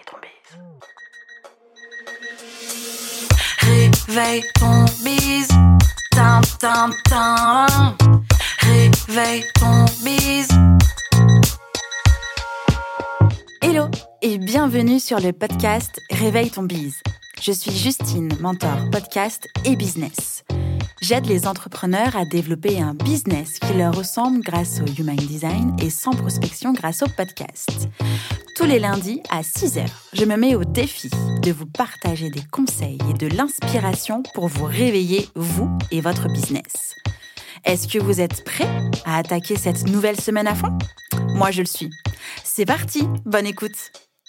ton bise. Réveille ton bise. Tin, tin, tin. Réveille ton bise. Hello et bienvenue sur le podcast Réveille ton bise. Je suis Justine, mentor podcast et business. J'aide les entrepreneurs à développer un business qui leur ressemble grâce au Human Design et sans prospection grâce au podcast. Tous les lundis à 6h, je me mets au défi de vous partager des conseils et de l'inspiration pour vous réveiller, vous et votre business. Est-ce que vous êtes prêts à attaquer cette nouvelle semaine à fond ? Moi, je le suis. C'est parti, bonne écoute.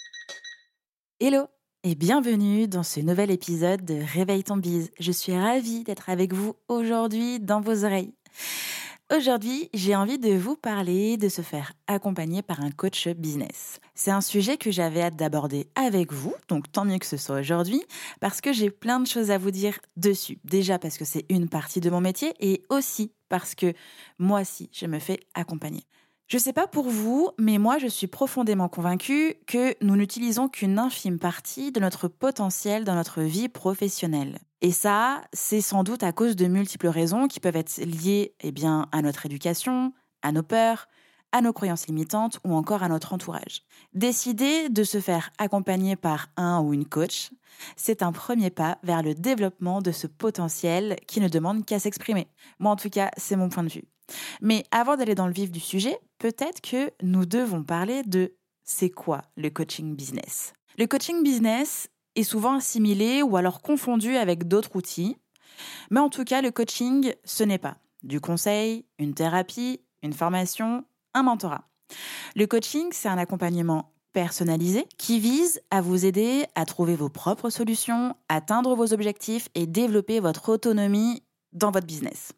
Hello et bienvenue dans ce nouvel épisode de Réveille ton bise. Je suis ravie d'être avec vous aujourd'hui dans vos oreilles. Aujourd'hui, j'ai envie de vous parler de se faire accompagner par un coach business. C'est un sujet que j'avais hâte d'aborder avec vous, donc tant mieux que ce soit aujourd'hui, parce que j'ai plein de choses à vous dire dessus. Déjà parce que c'est une partie de mon métier et aussi parce que moi aussi, je me fais accompagner. Je sais pas pour vous, mais moi je suis profondément convaincue que nous n'utilisons qu'une infime partie de notre potentiel dans notre vie professionnelle. Et ça, c'est sans doute à cause de multiples raisons qui peuvent être liées à notre éducation, à nos peurs, à nos croyances limitantes ou encore à notre entourage. Décider de se faire accompagner par un ou une coach, c'est un premier pas vers le développement de ce potentiel qui ne demande qu'à s'exprimer. Moi en tout cas, c'est mon point de vue. Mais avant d'aller dans le vif du sujet, peut-être que nous devons parler de c'est quoi le coaching business. Le coaching business est souvent assimilé ou alors confondu avec d'autres outils. Mais en tout cas, le coaching, ce n'est pas du conseil, une thérapie, une formation, un mentorat. Le coaching, c'est un accompagnement personnalisé qui vise à vous aider à trouver vos propres solutions, atteindre vos objectifs et développer votre autonomie dans votre business.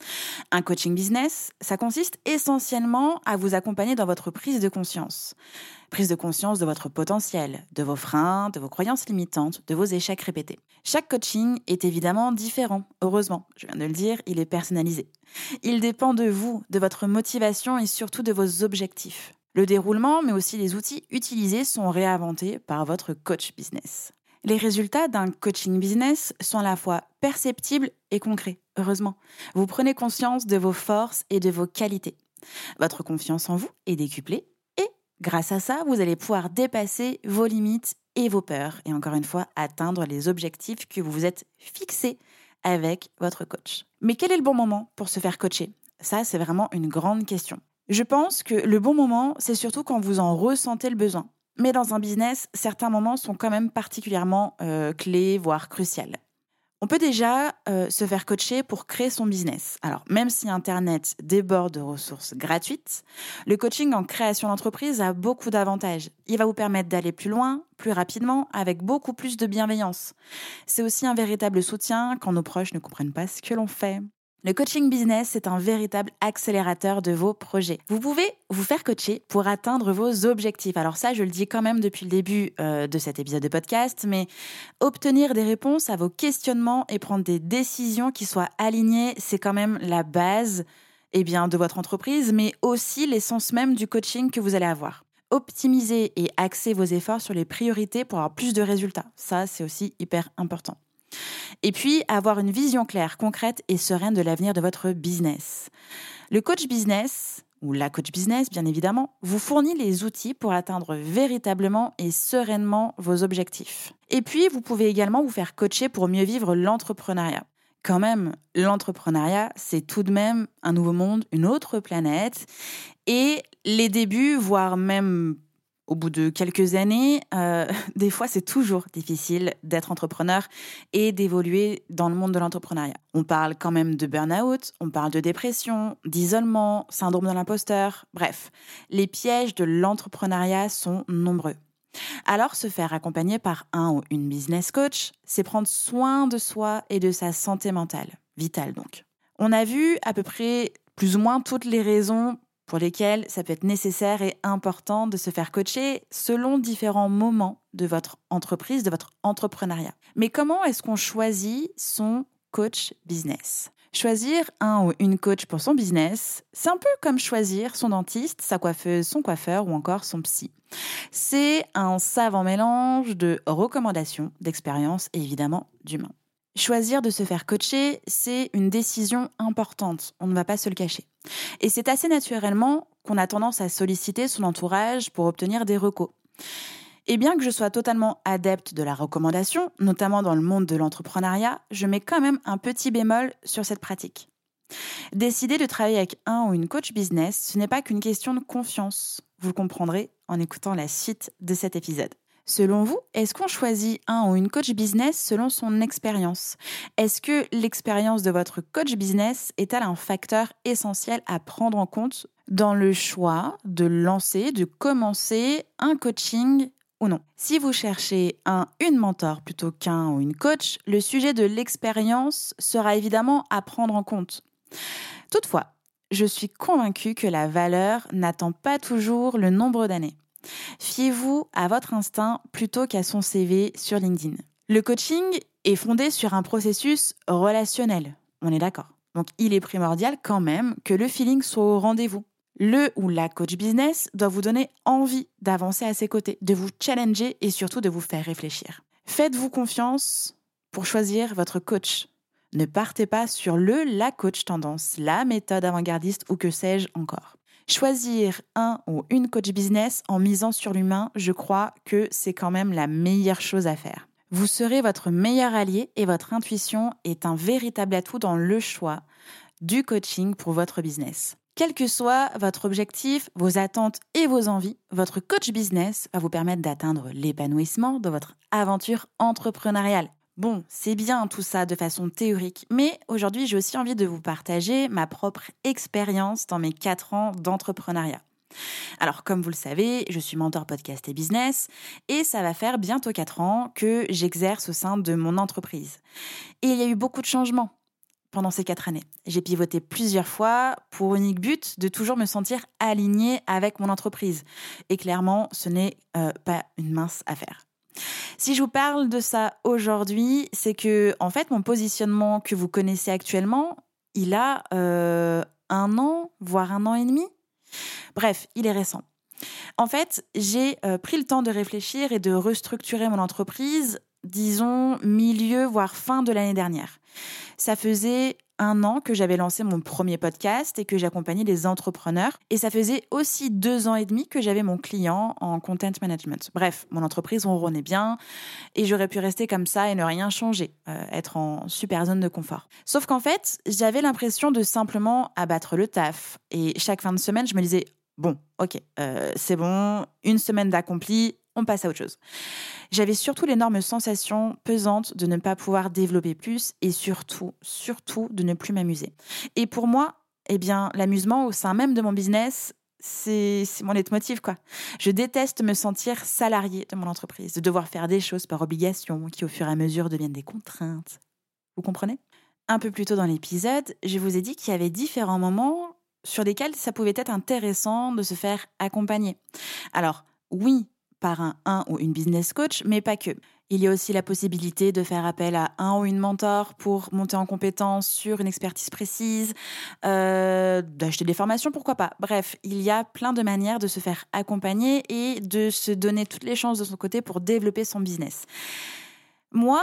Un coaching business, ça consiste essentiellement à vous accompagner dans votre prise de conscience. Prise de conscience de votre potentiel, de vos freins, de vos croyances limitantes, de vos échecs répétés. Chaque coaching est évidemment différent, heureusement. Je viens de le dire, il est personnalisé. Il dépend de vous, de votre motivation et surtout de vos objectifs. Le déroulement, mais aussi les outils utilisés sont réinventés par votre coach business. Les résultats d'un coaching business sont à la fois perceptibles et concrets, heureusement. Vous prenez conscience de vos forces et de vos qualités. Votre confiance en vous est décuplée et, grâce à ça, vous allez pouvoir dépasser vos limites et vos peurs et encore une fois, atteindre les objectifs que vous vous êtes fixés avec votre coach. Mais quel est le bon moment pour se faire coacher ? Ça, c'est vraiment une grande question. Je pense que le bon moment, c'est surtout quand vous en ressentez le besoin. Mais dans un business, certains moments sont quand même particulièrement clés, voire cruciales. On peut déjà se faire coacher pour créer son business. Alors, même si Internet déborde de ressources gratuites, le coaching en création d'entreprise a beaucoup d'avantages. Il va vous permettre d'aller plus loin, plus rapidement, avec beaucoup plus de bienveillance. C'est aussi un véritable soutien quand nos proches ne comprennent pas ce que l'on fait. Le coaching business, c'est un véritable accélérateur de vos projets. Vous pouvez vous faire coacher pour atteindre vos objectifs. Alors ça, je le dis quand même depuis le début de cet épisode de podcast, mais obtenir des réponses à vos questionnements et prendre des décisions qui soient alignées, c'est quand même la base de votre entreprise, mais aussi l'essence même du coaching que vous allez avoir. Optimiser et axer vos efforts sur les priorités pour avoir plus de résultats. Ça, c'est aussi hyper important. Et puis, avoir une vision claire, concrète et sereine de l'avenir de votre business. Le coach business, ou la coach business bien évidemment, vous fournit les outils pour atteindre véritablement et sereinement vos objectifs. Et puis, vous pouvez également vous faire coacher pour mieux vivre l'entrepreneuriat. Quand même, l'entrepreneuriat, c'est tout de même un nouveau monde, une autre planète. Et les débuts, voire même au bout de quelques années, des fois, c'est toujours difficile d'être entrepreneur et d'évoluer dans le monde de l'entrepreneuriat. On parle quand même de burn-out, on parle de dépression, d'isolement, syndrome de l'imposteur. Bref, les pièges de l'entrepreneuriat sont nombreux. Alors, se faire accompagner par un ou une business coach, c'est prendre soin de soi et de sa santé mentale, vitale donc. On a vu à peu près plus ou moins toutes les raisons pour lesquels ça peut être nécessaire et important de se faire coacher selon différents moments de votre entreprise, de votre entrepreneuriat. Mais comment est-ce qu'on choisit son coach business ? Choisir un ou une coach pour son business, c'est un peu comme choisir son dentiste, sa coiffeuse, son coiffeur ou encore son psy. C'est un savant mélange de recommandations, d'expériences et évidemment d'humain. Choisir de se faire coacher, c'est une décision importante, on ne va pas se le cacher. Et c'est assez naturellement qu'on a tendance à solliciter son entourage pour obtenir des recos. Et bien que je sois totalement adepte de la recommandation, notamment dans le monde de l'entrepreneuriat, je mets quand même un petit bémol sur cette pratique. Décider de travailler avec un ou une coach business, ce n'est pas qu'une question de confiance. Vous le comprendrez en écoutant la suite de cet épisode. Selon vous, est-ce qu'on choisit un ou une coach business selon son expérience ? Est-ce que l'expérience de votre coach business est-elle un facteur essentiel à prendre en compte dans le choix de lancer, de commencer un coaching ou non ? Si vous cherchez une mentor plutôt qu'un ou une coach, le sujet de l'expérience sera évidemment à prendre en compte. Toutefois, je suis convaincue que la valeur n'attend pas toujours le nombre d'années. Fiez-vous à votre instinct plutôt qu'à son CV sur LinkedIn. Le coaching est fondé sur un processus relationnel, on est d'accord. Donc il est primordial quand même que le feeling soit au rendez-vous. Le ou la coach business doit vous donner envie d'avancer à ses côtés, de vous challenger et surtout de vous faire réfléchir. Faites-vous confiance pour choisir votre coach. Ne partez pas sur la coach tendance, la méthode avant-gardiste ou que sais-je encore. Choisir un ou une coach business en misant sur l'humain, je crois que c'est quand même la meilleure chose à faire. Vous serez votre meilleur allié et votre intuition est un véritable atout dans le choix du coaching pour votre business. Quel que soit votre objectif, vos attentes et vos envies, votre coach business va vous permettre d'atteindre l'épanouissement de votre aventure entrepreneuriale. Bon, c'est bien tout ça de façon théorique, mais aujourd'hui, j'ai aussi envie de vous partager ma propre expérience dans mes 4 ans d'entrepreneuriat. Alors, comme vous le savez, je suis mentor podcast et business et ça va faire bientôt 4 ans que j'exerce au sein de mon entreprise. Et il y a eu beaucoup de changements pendant ces 4 années. J'ai pivoté plusieurs fois pour unique but de toujours me sentir alignée avec mon entreprise. Et clairement, ce n'est pas une mince affaire. Si je vous parle de ça aujourd'hui, c'est que, en fait, mon positionnement que vous connaissez actuellement, il a 1 an, voire 1 an et demi. Bref, il est récent. En fait, j'ai pris le temps de réfléchir et de restructurer mon entreprise, disons, milieu, voire fin de l'année dernière. Ça faisait 1 an que j'avais lancé mon premier podcast et que j'accompagnais des entrepreneurs. Et ça faisait aussi 2 ans et demi que j'avais mon client en content management. Bref, mon entreprise ronronnait bien et j'aurais pu rester comme ça et ne rien changer, être en super zone de confort. Sauf qu'en fait, j'avais l'impression de simplement abattre le taf. Et chaque fin de semaine, je me disais, bon, ok, c'est bon, 1 semaine d'accompli, on passe à autre chose. J'avais surtout l'énorme sensation pesante de ne pas pouvoir développer plus et surtout de ne plus m'amuser. Et pour moi, l'amusement au sein même de mon business, c'est mon leitmotiv, quoi. Je déteste me sentir salariée de mon entreprise, de devoir faire des choses par obligation qui au fur et à mesure deviennent des contraintes. Vous comprenez ? Un peu plus tôt dans l'épisode, je vous ai dit qu'il y avait différents moments sur lesquels ça pouvait être intéressant de se faire accompagner. Alors, oui, par un ou une business coach, mais pas que. Il y a aussi la possibilité de faire appel à un ou une mentor pour monter en compétence sur une expertise précise, d'acheter des formations, pourquoi pas. Bref, il y a plein de manières de se faire accompagner et de se donner toutes les chances de son côté pour développer son business. Moi,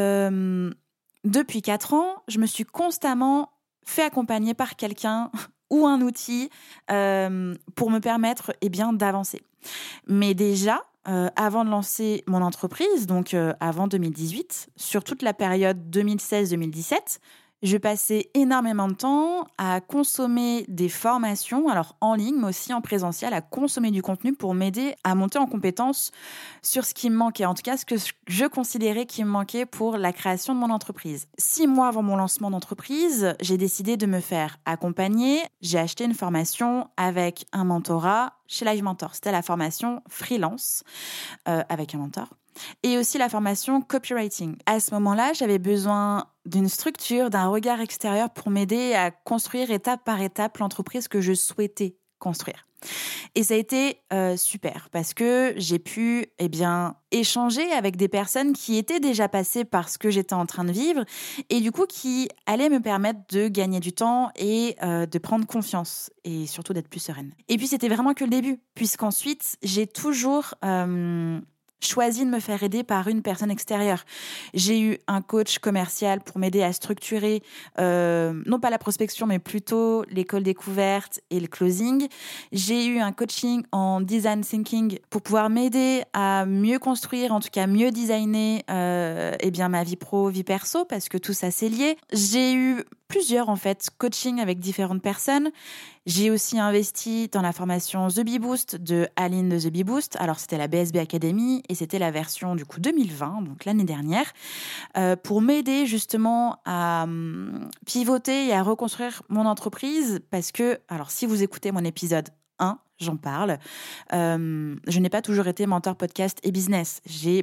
depuis 4 ans, je me suis constamment fait accompagner par quelqu'un ou un outil pour me permettre d'avancer. Mais déjà, avant de lancer mon entreprise, donc avant 2018, sur toute la période 2016-2017, je passais énormément de temps à consommer des formations, alors en ligne, mais aussi en présentiel, à consommer du contenu pour m'aider à monter en compétence sur ce qui me manquait, en tout cas ce que je considérais qui me manquait pour la création de mon entreprise. 6 mois avant mon lancement d'entreprise, j'ai décidé de me faire accompagner. J'ai acheté une formation avec un mentorat chez Live Mentor. C'était la formation freelance avec un mentor. Et aussi la formation copywriting. À ce moment-là, j'avais besoin d'une structure, d'un regard extérieur pour m'aider à construire étape par étape l'entreprise que je souhaitais construire. Et ça a été super parce que j'ai pu échanger avec des personnes qui étaient déjà passées par ce que j'étais en train de vivre et du coup qui allaient me permettre de gagner du temps et de prendre confiance et surtout d'être plus sereine. Et puis c'était vraiment que le début, puisqu'ensuite j'ai toujours choisi de me faire aider par une personne extérieure. J'ai eu un coach commercial pour m'aider à structurer, non pas la prospection, mais plutôt l'école découverte et le closing. J'ai eu un coaching en design thinking pour pouvoir m'aider à mieux construire, en tout cas mieux designer ma vie pro, vie perso, parce que tout ça c'est lié. J'ai eu plusieurs coachings avec différentes personnes. J'ai aussi investi dans la formation The Bee Boost de Aline de The Bee Boost. Alors c'était la BSB Academy et c'était la version du coup 2020, donc l'année dernière, pour m'aider justement à pivoter et à reconstruire mon entreprise. Parce que, alors si vous écoutez mon épisode 1, j'en parle. Je n'ai pas toujours été mentor podcast et business. J'ai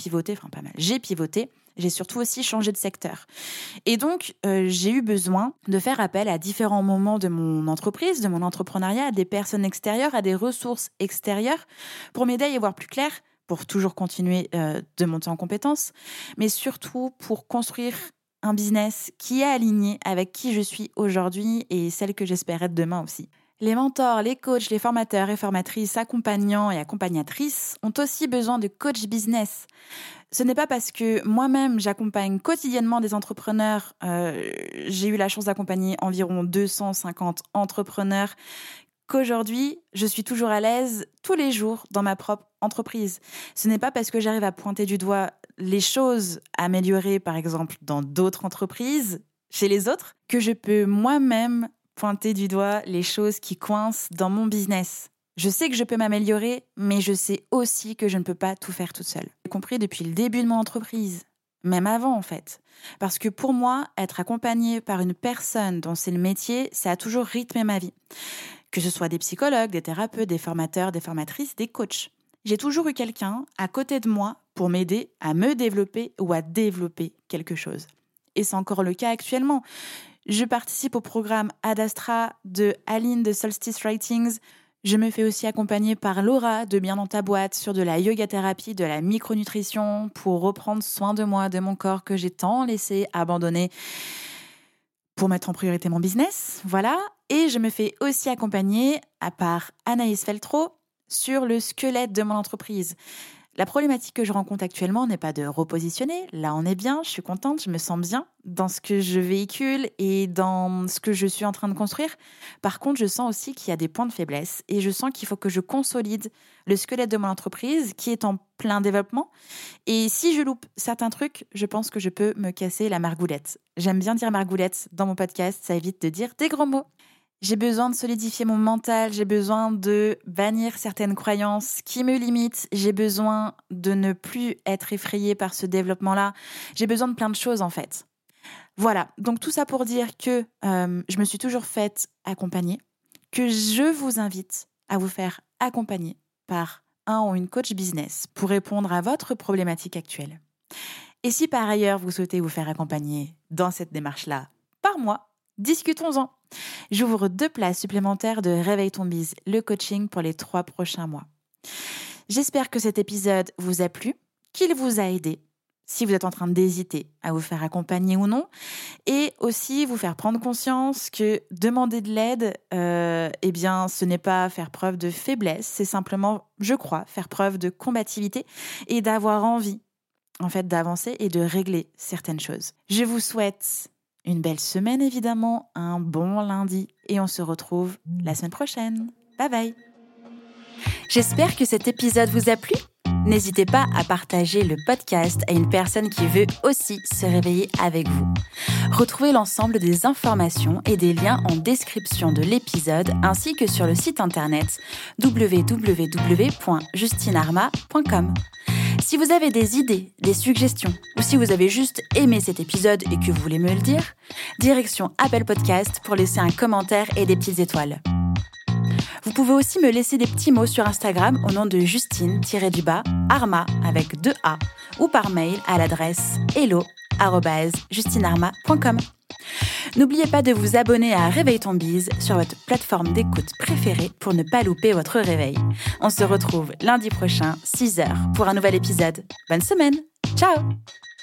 pivoté. J'ai surtout aussi changé de secteur. Et donc, j'ai eu besoin de faire appel à différents moments de mon entreprise, de mon entrepreneuriat, à des personnes extérieures, à des ressources extérieures pour m'aider à y voir plus clair, pour toujours continuer de monter en compétences, mais surtout pour construire un business qui est aligné avec qui je suis aujourd'hui et celle que j'espère être demain aussi. Les mentors, les coachs, les formateurs et formatrices, accompagnants et accompagnatrices ont aussi besoin de coach business. Ce n'est pas parce que moi-même, j'accompagne quotidiennement des entrepreneurs, j'ai eu la chance d'accompagner environ 250 entrepreneurs, qu'aujourd'hui, je suis toujours à l'aise tous les jours dans ma propre entreprise. Ce n'est pas parce que j'arrive à pointer du doigt les choses améliorées, par exemple, dans d'autres entreprises, chez les autres, que je peux moi-même pointer du doigt les choses qui coincent dans mon business. Je sais que je peux m'améliorer, mais je sais aussi que je ne peux pas tout faire toute seule. J'ai compris depuis le début de mon entreprise, même avant en fait. Parce que pour moi, être accompagnée par une personne dont c'est le métier, ça a toujours rythmé ma vie. Que ce soit des psychologues, des thérapeutes, des formateurs, des formatrices, des coachs. J'ai toujours eu quelqu'un à côté de moi pour m'aider à me développer ou à développer quelque chose. Et c'est encore le cas actuellement. Je participe au programme Ad Astra de Aline de Solstice Writings. Je me fais aussi accompagner par Laura de Bien dans ta boîte sur de la yoga thérapie, de la micronutrition pour reprendre soin de moi, de mon corps que j'ai tant laissé abandonner pour mettre en priorité mon business. Voilà. Et je me fais aussi accompagner par Anaïs Feltro sur le squelette de mon entreprise. La problématique que je rencontre actuellement n'est pas de repositionner. Là, on est bien, je suis contente, je me sens bien dans ce que je véhicule et dans ce que je suis en train de construire. Par contre, je sens aussi qu'il y a des points de faiblesse et je sens qu'il faut que je consolide le squelette de mon entreprise qui est en plein développement. Et si je loupe certains trucs, je pense que je peux me casser la margoulette. J'aime bien dire margoulette dans mon podcast, ça évite de dire des gros mots. J'ai besoin de solidifier mon mental, j'ai besoin de bannir certaines croyances qui me limitent, j'ai besoin de ne plus être effrayée par ce développement-là, j'ai besoin de plein de choses en fait. Voilà, donc tout ça pour dire que je me suis toujours faite accompagner, que je vous invite à vous faire accompagner par un ou une coach business pour répondre à votre problématique actuelle. Et si par ailleurs vous souhaitez vous faire accompagner dans cette démarche-là par moi, discutons-en. J'ouvre 2 places supplémentaires de Réveille ton Biz, le coaching pour les 3 prochains mois. J'espère que cet épisode vous a plu, qu'il vous a aidé, si vous êtes en train d'hésiter à vous faire accompagner ou non, et aussi vous faire prendre conscience que demander de l'aide, ce n'est pas faire preuve de faiblesse, c'est simplement, je crois, faire preuve de combativité et d'avoir envie, en fait, d'avancer et de régler certaines choses. Je vous souhaite une belle semaine, évidemment, un bon lundi. Et on se retrouve la semaine prochaine. Bye bye. J'espère que cet épisode vous a plu. N'hésitez pas à partager le podcast à une personne qui veut aussi se réveiller avec vous. Retrouvez l'ensemble des informations et des liens en description de l'épisode ainsi que sur le site internet www.justinarma.com. Si vous avez des idées, des suggestions, ou si vous avez juste aimé cet épisode et que vous voulez me le dire, direction Apple Podcast pour laisser un commentaire et des petites étoiles. Vous pouvez aussi me laisser des petits mots sur Instagram au nom de Justine-Arma avec 2 A ou par mail à l'adresse hello@justinarma.com. N'oubliez pas de vous abonner à Réveille ton bise sur votre plateforme d'écoute préférée pour ne pas louper votre réveil. On se retrouve lundi prochain, 6h, pour un nouvel épisode. Bonne semaine. Ciao!